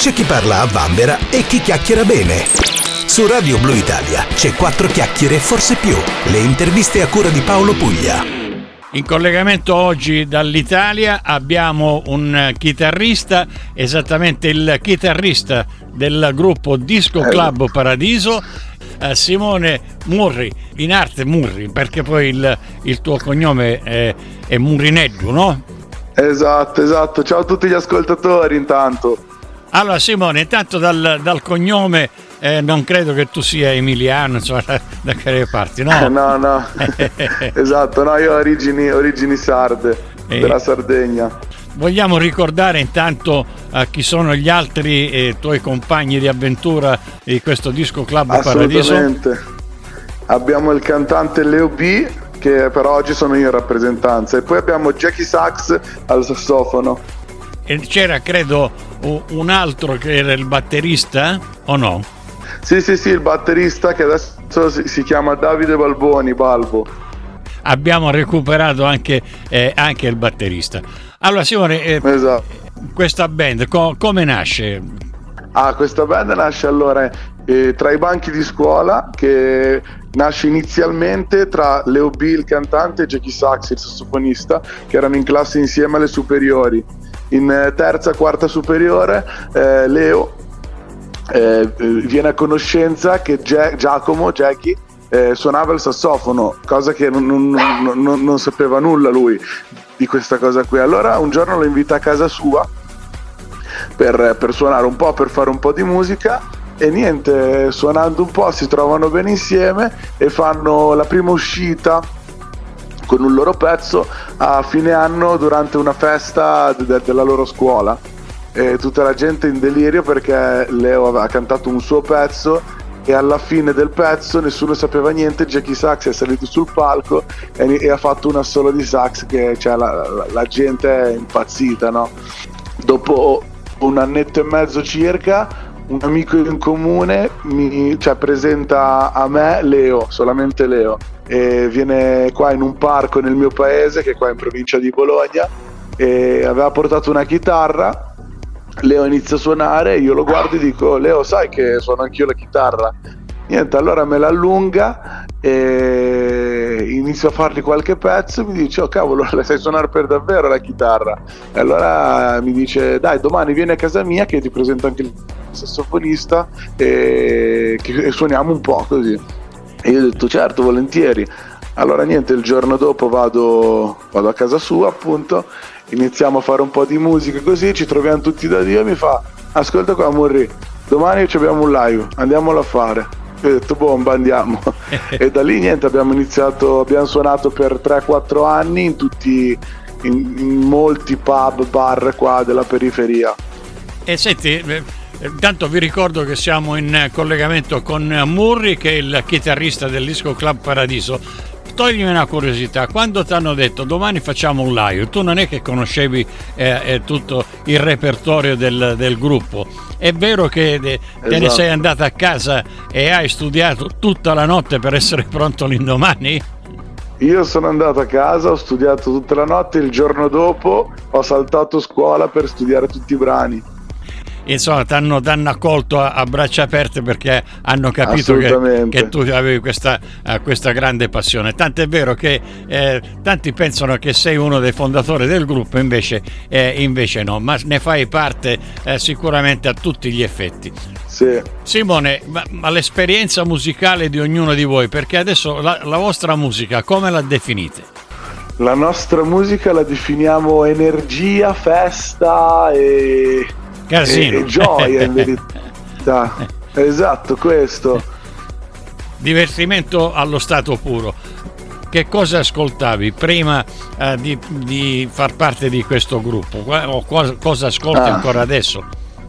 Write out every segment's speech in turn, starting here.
C'è chi parla a vanvera e chi chiacchiera bene. Su Radio Blu Italia c'è 4 chiacchiere e forse più. Le interviste a cura di Paolo Puglia. In collegamento oggi dall'Italia abbiamo un chitarrista, esattamente il chitarrista del gruppo Disco Club Paradiso, Simone Murri, in arte Murri, perché poi il tuo cognome è Murineddu, no? Esatto. Ciao a tutti gli ascoltatori intanto. Allora Simone, intanto dal cognome non credo che tu sia emiliano, insomma, da che parti, no? No. Esatto, no, io ho origini sarde, della Sardegna. Vogliamo ricordare intanto chi sono gli altri tuoi compagni di avventura di questo Disco Club Paradiso? Assolutamente. Abbiamo il cantante Leo B, che per oggi sono io in rappresentanza, e poi abbiamo Jackie Sax al sassofono. E c'era credo un altro che era il batterista, o no? Sì, il batterista, che adesso si chiama Davide Balboni, Balbo. Abbiamo recuperato anche il batterista. Allora Simone, esatto. Questa band come nasce? Questa band nasce allora tra i banchi di scuola, che nasce inizialmente tra Leo B, il cantante, e Jackie Sax, il sassofonista, che erano in classe insieme alle superiori. In terza, quarta superiore Leo viene a conoscenza che Jackie suonava il sassofono, cosa che non sapeva nulla lui di questa cosa qui. Allora un giorno lo invita a casa sua per suonare un po', per fare un po' di musica, e niente, suonando un po' si trovano bene insieme e fanno la prima uscita con un loro pezzo a fine anno durante una festa della loro scuola. E tutta la gente in delirio perché Leo aveva cantato un suo pezzo, e alla fine del pezzo nessuno sapeva niente. Jackie Sax è salito sul palco e ha fatto un assolo di sax che, cioè, la gente è impazzita, no? Dopo un annetto e mezzo circa, un amico in comune presenta a me Leo, solamente Leo, e viene qua in un parco nel mio paese, che è qua in provincia di Bologna, e aveva portato una chitarra. Leo inizia a suonare, io lo guardo e dico: Leo, sai che suono anch'io la chitarra? Niente, allora me la allunga e inizio a fargli qualche pezzo, e mi dice: oh cavolo, la sai suonare per davvero la chitarra? E allora mi dice: dai, domani vieni a casa mia che ti presento anche il sassofonista e suoniamo un po' così. E io ho detto: certo, volentieri. Allora niente, il giorno dopo vado a casa sua, appunto, iniziamo a fare un po' di musica così, ci troviamo tutti da Dio, e mi fa: ascolta qua Murri, domani abbiamo un live, andiamolo a fare. E ho detto: bomba, andiamo. E da lì niente, abbiamo suonato per 3-4 anni in molti pub, bar qua della periferia. E senti, intanto vi ricordo che siamo in collegamento con Murri, che è il chitarrista del Disco Club Paradiso. Toglimi una curiosità: quando ti hanno detto domani facciamo un live, tu non è che conoscevi tutto il repertorio del gruppo? È vero che te ne sei andata a casa e hai studiato tutta la notte per essere pronto l'indomani? Io sono andato a casa, ho studiato tutta la notte, il giorno dopo ho saltato scuola per studiare tutti i brani. Insomma, ti hanno accolto a braccia aperte, perché hanno capito che tu avevi questa grande passione. Tant'è vero che tanti pensano che sei uno dei fondatori del gruppo, invece no, ma ne fai parte sicuramente a tutti gli effetti. Sì. Simone, ma l'esperienza musicale di ognuno di voi, perché adesso la vostra musica come la definite? La nostra musica la definiamo energia, festa e gioia, in verità. Esatto, questo. Divertimento allo stato puro. Che cosa ascoltavi prima di far parte di questo gruppo? O cosa ascolti ancora adesso?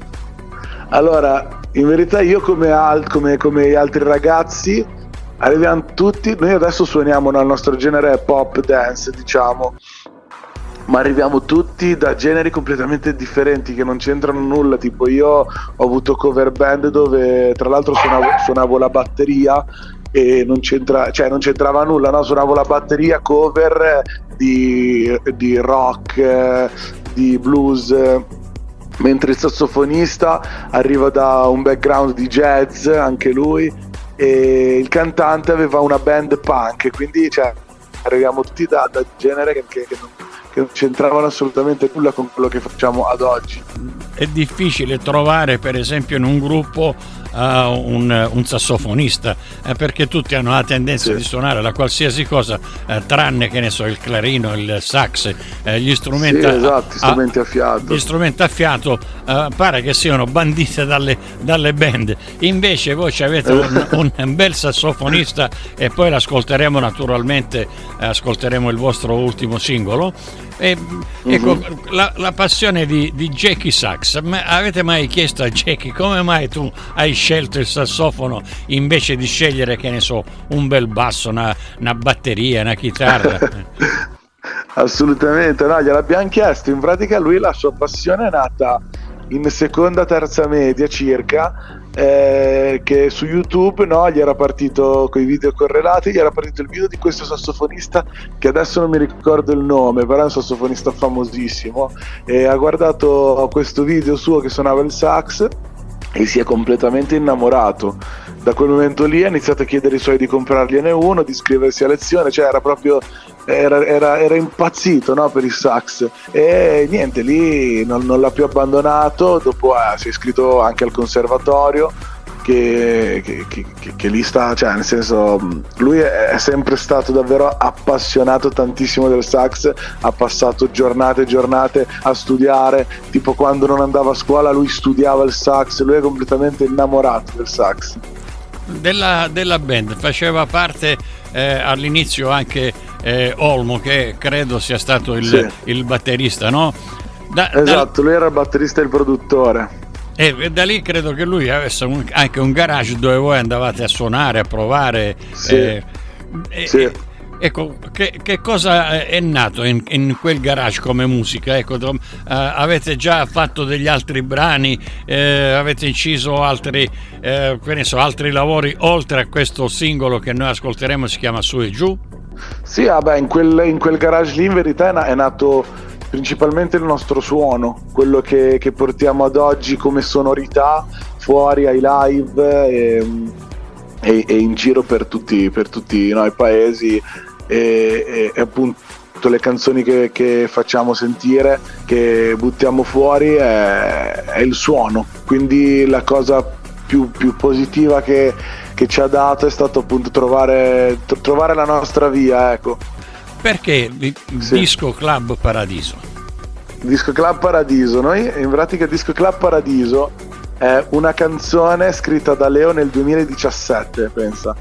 Allora, in verità io come gli altri ragazzi arriviamo tutti, noi adesso suoniamo nel nostro genere pop dance, diciamo, ma arriviamo tutti da generi completamente differenti che non c'entrano nulla. Tipo, io ho avuto cover band dove tra l'altro suonavo la batteria e non c'entrava nulla, no? Suonavo la batteria cover di rock, di blues, mentre il sassofonista arriva da un background di jazz, anche lui, e il cantante aveva una band punk, quindi arriviamo tutti da genere che non c'entravano assolutamente nulla con quello che facciamo ad oggi. È difficile trovare, per esempio, in un gruppo un sassofonista, perché tutti hanno la tendenza di suonare la qualsiasi cosa, tranne, che ne so, il clarino, il sax, gli strumenti, strumenti a fiato. Gli strumenti a fiato pare che siano bandite dalle band. Invece voi avete un bel sassofonista, e poi l'ascolteremo naturalmente, ascolteremo il vostro ultimo singolo. Ecco, la passione di Jackie Sax. Ma avete mai chiesto a Jackie come mai tu hai scelto il sassofono invece di scegliere, che ne so, un bel basso, una batteria, una chitarra? Assolutamente no, gliel'abbiamo chiesto. In pratica lui, la sua passione è nata in seconda, terza media circa, che su YouTube, no, gli era partito con i video correlati, gli era partito il video di questo sassofonista che adesso non mi ricordo il nome, però è un sassofonista famosissimo, e ha guardato questo video suo che suonava il sax e si è completamente innamorato. Da quel momento lì ha iniziato a chiedere ai suoi di comprargliene uno, di iscriversi a lezione, cioè era proprio era impazzito, no, per il sax, e niente, lì non l'ha più abbandonato. Dopo si è iscritto anche al conservatorio, che lì sta, cioè nel senso, lui è sempre stato davvero appassionato tantissimo del sax, ha passato giornate e giornate a studiare, tipo quando non andava a scuola lui studiava il sax, lui è completamente innamorato del sax. Della band faceva parte all'inizio anche Olmo, che credo sia stato il batterista, no? Esatto, lui era il batterista e il produttore. E da lì credo che lui avesse anche un garage dove voi andavate a suonare, a provare. Ecco, che cosa è nato in quel garage come musica? Ecco, avete già fatto degli altri brani, avete inciso altri lavori oltre a questo singolo che noi ascolteremo, si chiama Su e Giù? Sì, in quel garage lì in verità è nato principalmente il nostro suono, quello che portiamo ad oggi come sonorità fuori ai live e in giro per tutti i paesi, e appunto le canzoni che facciamo sentire, che buttiamo fuori, è il suono. Quindi la cosa più positiva che ci ha dato è stato appunto trovare la nostra via, ecco. Perché Disco Club Paradiso? Disco Club Paradiso, noi in pratica Disco Club Paradiso è una canzone scritta da Leo nel 2017, pensa.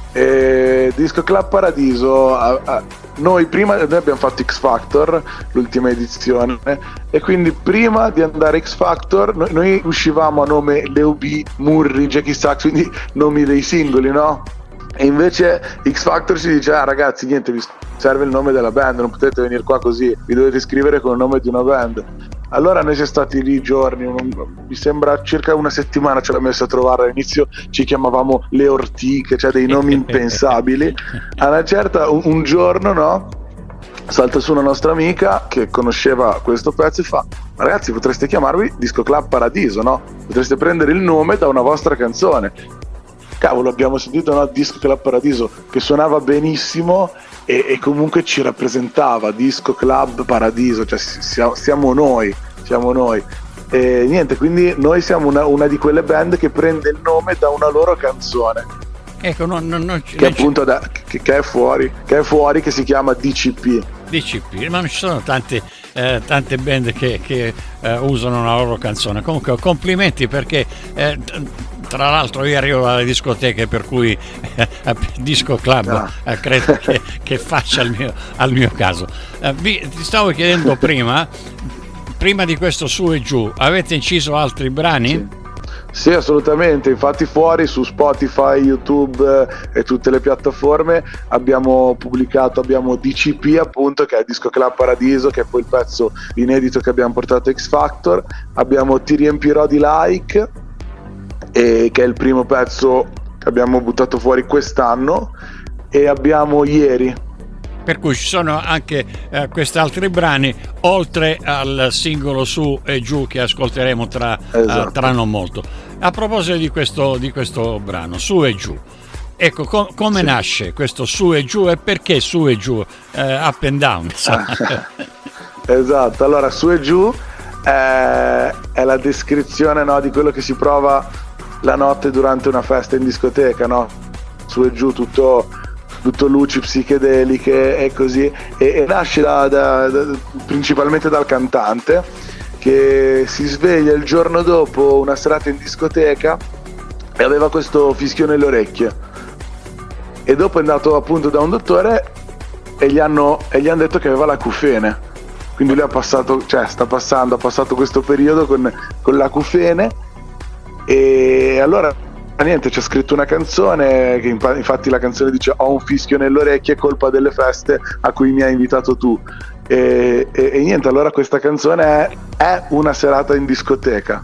E Disco Club Paradiso, noi abbiamo fatto X Factor, l'ultima edizione, e quindi prima di andare a X Factor noi uscivamo a nome Leo B, Murri, Jackie Sax, quindi nomi dei singoli, no? E invece X Factor ci dice: ragazzi, niente, vi serve il nome della band, non potete venire qua così, vi dovete iscrivere con il nome di una band. Allora noi siamo stati lì giorni, mi sembra circa una settimana ce l'ha messa a trovare. All'inizio ci chiamavamo le ortiche, cioè dei nomi impensabili. A una certa, un giorno, no, salta su una nostra amica che conosceva questo pezzo e fa: ma ragazzi, potreste chiamarvi Disco Club Paradiso, no? Potreste prendere il nome da una vostra canzone. Cavolo, abbiamo sentito, no, Disco Club Paradiso, che suonava benissimo e comunque ci rappresentava, Disco Club Paradiso, cioè siamo noi. E niente, quindi noi siamo una di quelle band che prende il nome da una loro canzone. Ecco, che appunto che è fuori, che si chiama DCP, ma non ci sono tante band che usano una loro canzone. Comunque complimenti, perché tra l'altro io arrivo alle discoteche, per cui Disco Club credo che faccia al mio caso. Ti stavo chiedendo prima di questo Su e Giù, avete inciso altri brani? Sì, assolutamente, infatti fuori su Spotify, YouTube e tutte le piattaforme abbiamo DCP, appunto, che è Disco Club Paradiso, che è poi il pezzo inedito che abbiamo portato a X Factor. Abbiamo Ti riempirò di like, che è il primo pezzo che abbiamo buttato fuori quest'anno, e abbiamo Ieri, Per cui ci sono anche questi altri brani oltre al singolo Su e Giù che ascolteremo tra non molto. A proposito di questo brano, Su e Giù, ecco come nasce questo Su e Giù e perché Su e Giù, up and down? Esatto, allora Su e Giù è la descrizione, no, di quello che si prova la notte durante una festa in discoteca, no? Su e giù tutto luci psichedeliche e così, e nasce principalmente dal cantante che si sveglia il giorno dopo una serata in discoteca e aveva questo fischio nelle orecchie, e dopo è andato appunto da un dottore e gli hanno detto che aveva l'acufene, quindi lui ha passato questo periodo con l'acufene, e allora niente, ci ha scritto una canzone che infatti la canzone dice: ho un fischio nelle orecchie, colpa delle feste a cui mi hai invitato tu, e niente, allora questa canzone è una serata in discoteca,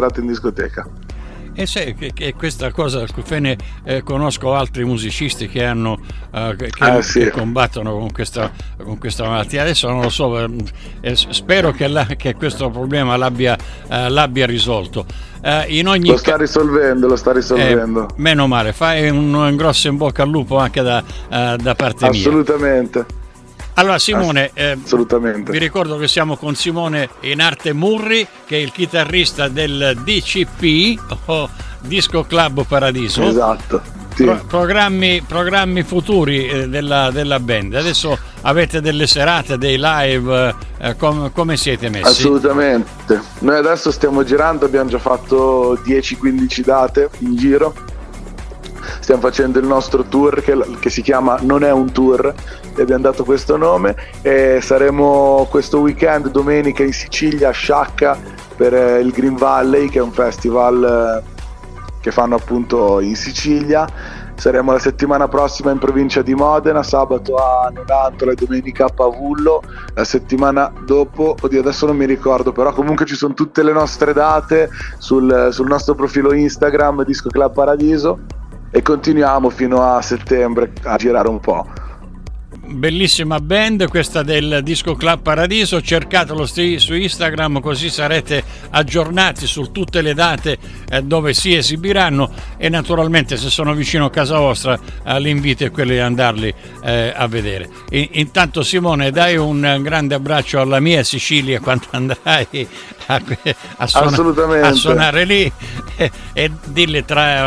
E sai che questa cosa, conosco altri musicisti che hanno che combattono con questa malattia. Adesso non lo so, spero che questo problema l'abbia risolto. Lo sta risolvendo. Meno male, fai un grosso in bocca al lupo anche da parte mia. Assolutamente. Allora Simone, assolutamente. Vi ricordo che siamo con Simone in arte Murri, che è il chitarrista del DCP, Disco Club Paradiso. Esatto. Sì. Programmi futuri della band. Adesso avete delle serate, dei live, come siete messi? Assolutamente. Noi adesso stiamo girando, abbiamo già fatto 10-15 date in giro. Stiamo facendo il nostro tour che si chiama Non è un tour, e abbiamo dato questo nome, e saremo questo weekend domenica in Sicilia a Sciacca per il Green Valley, che è un festival che fanno appunto in Sicilia. Saremo la settimana prossima in provincia di Modena, sabato a Nonantola e domenica a Pavullo. La settimana dopo, adesso non mi ricordo, però comunque ci sono tutte le nostre date sul nostro profilo Instagram Disco Club Paradiso, e continuiamo fino a settembre a girare un po'. Bellissima band questa del Disco Club Paradiso, cercatelo su Instagram così sarete aggiornati su tutte le date dove si esibiranno, e naturalmente se sono vicino a casa vostra l'invito è quello di andarli a vedere. Intanto Simone, dai un grande abbraccio alla mia Sicilia quando andrai a suonare lì, e dille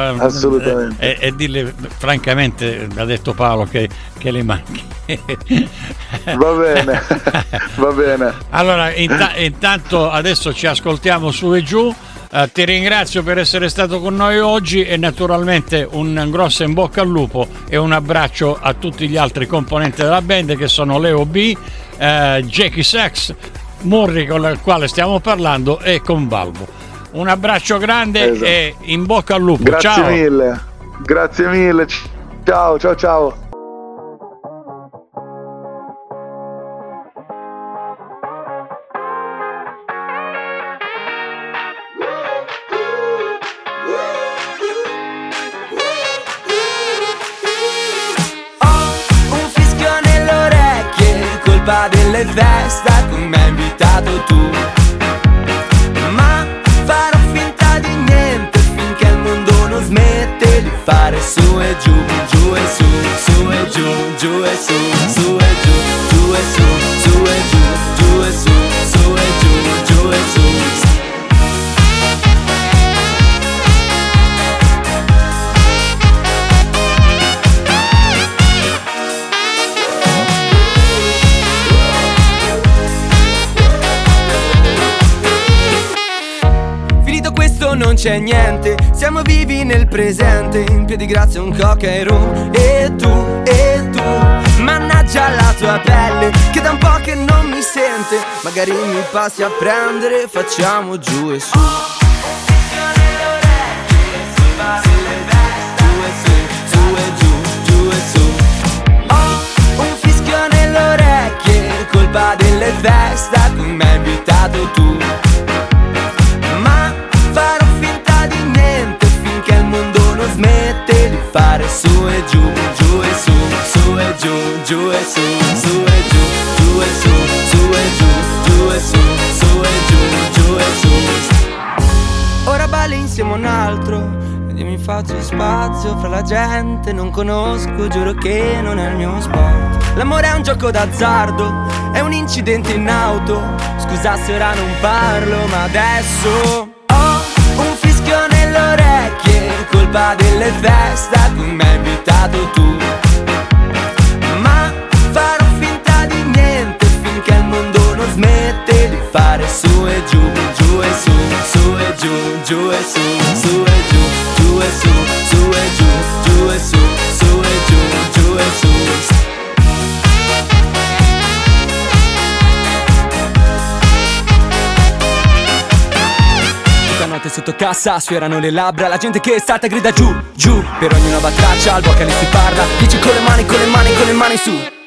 e dille francamente, ha detto Paolo, che le manchi. Va bene. Allora intanto adesso ci ascoltiamo Su e Giù. Ti ringrazio per essere stato con noi oggi, e naturalmente un grosso in bocca al lupo e un abbraccio a tutti gli altri componenti della band, che sono Leo B, Jackie Sax, Murri con il quale stiamo parlando, e con Balbo. Un abbraccio grande, esatto. E in bocca al lupo. Grazie mille. Ciao. Delle feste a cui mi hai invitato tu, ma farò finta di niente finché il mondo non smette di fare su e giù, giù e su, su e giù, giù e su, su e giù, giù e su, su e giù, giù e su, su e giù, giù e su. Non c'è niente, siamo vivi nel presente, in piedi grazie a un coca e rum. E tu, mannaggia la tua pelle, che da un po' che non mi sente. Magari mi passi a prendere, facciamo giù e su. Ho un fischio nelle orecchie, colpa delle feste a cui mi hai invitato tu. Smette di fare su e giù, giù e su, su e giù, giù e su. insieme a un altro ed io mi faccio spazio fra la gente. Non conosco, giuro che non è il mio sport. L'amore è un gioco d'azzardo, è un incidente in auto. Scusa se ora non parlo, ma adesso ho un fischio nelle orecchie, colpa delle feste a cui mi hai invitato tu. Ma farò finta di niente finché il mondo non smette di fare su e giù, giù e su, su e giù, giù e su, su e giù, giù e su, su e giù, giù e su, su e giù, giù e su. Notte sotto cassa, sfiorano le labbra, la gente che salta grida giù, giù. Per ogni nuova traccia al vocalista si parla, dici con le mani, con le mani, con le mani su.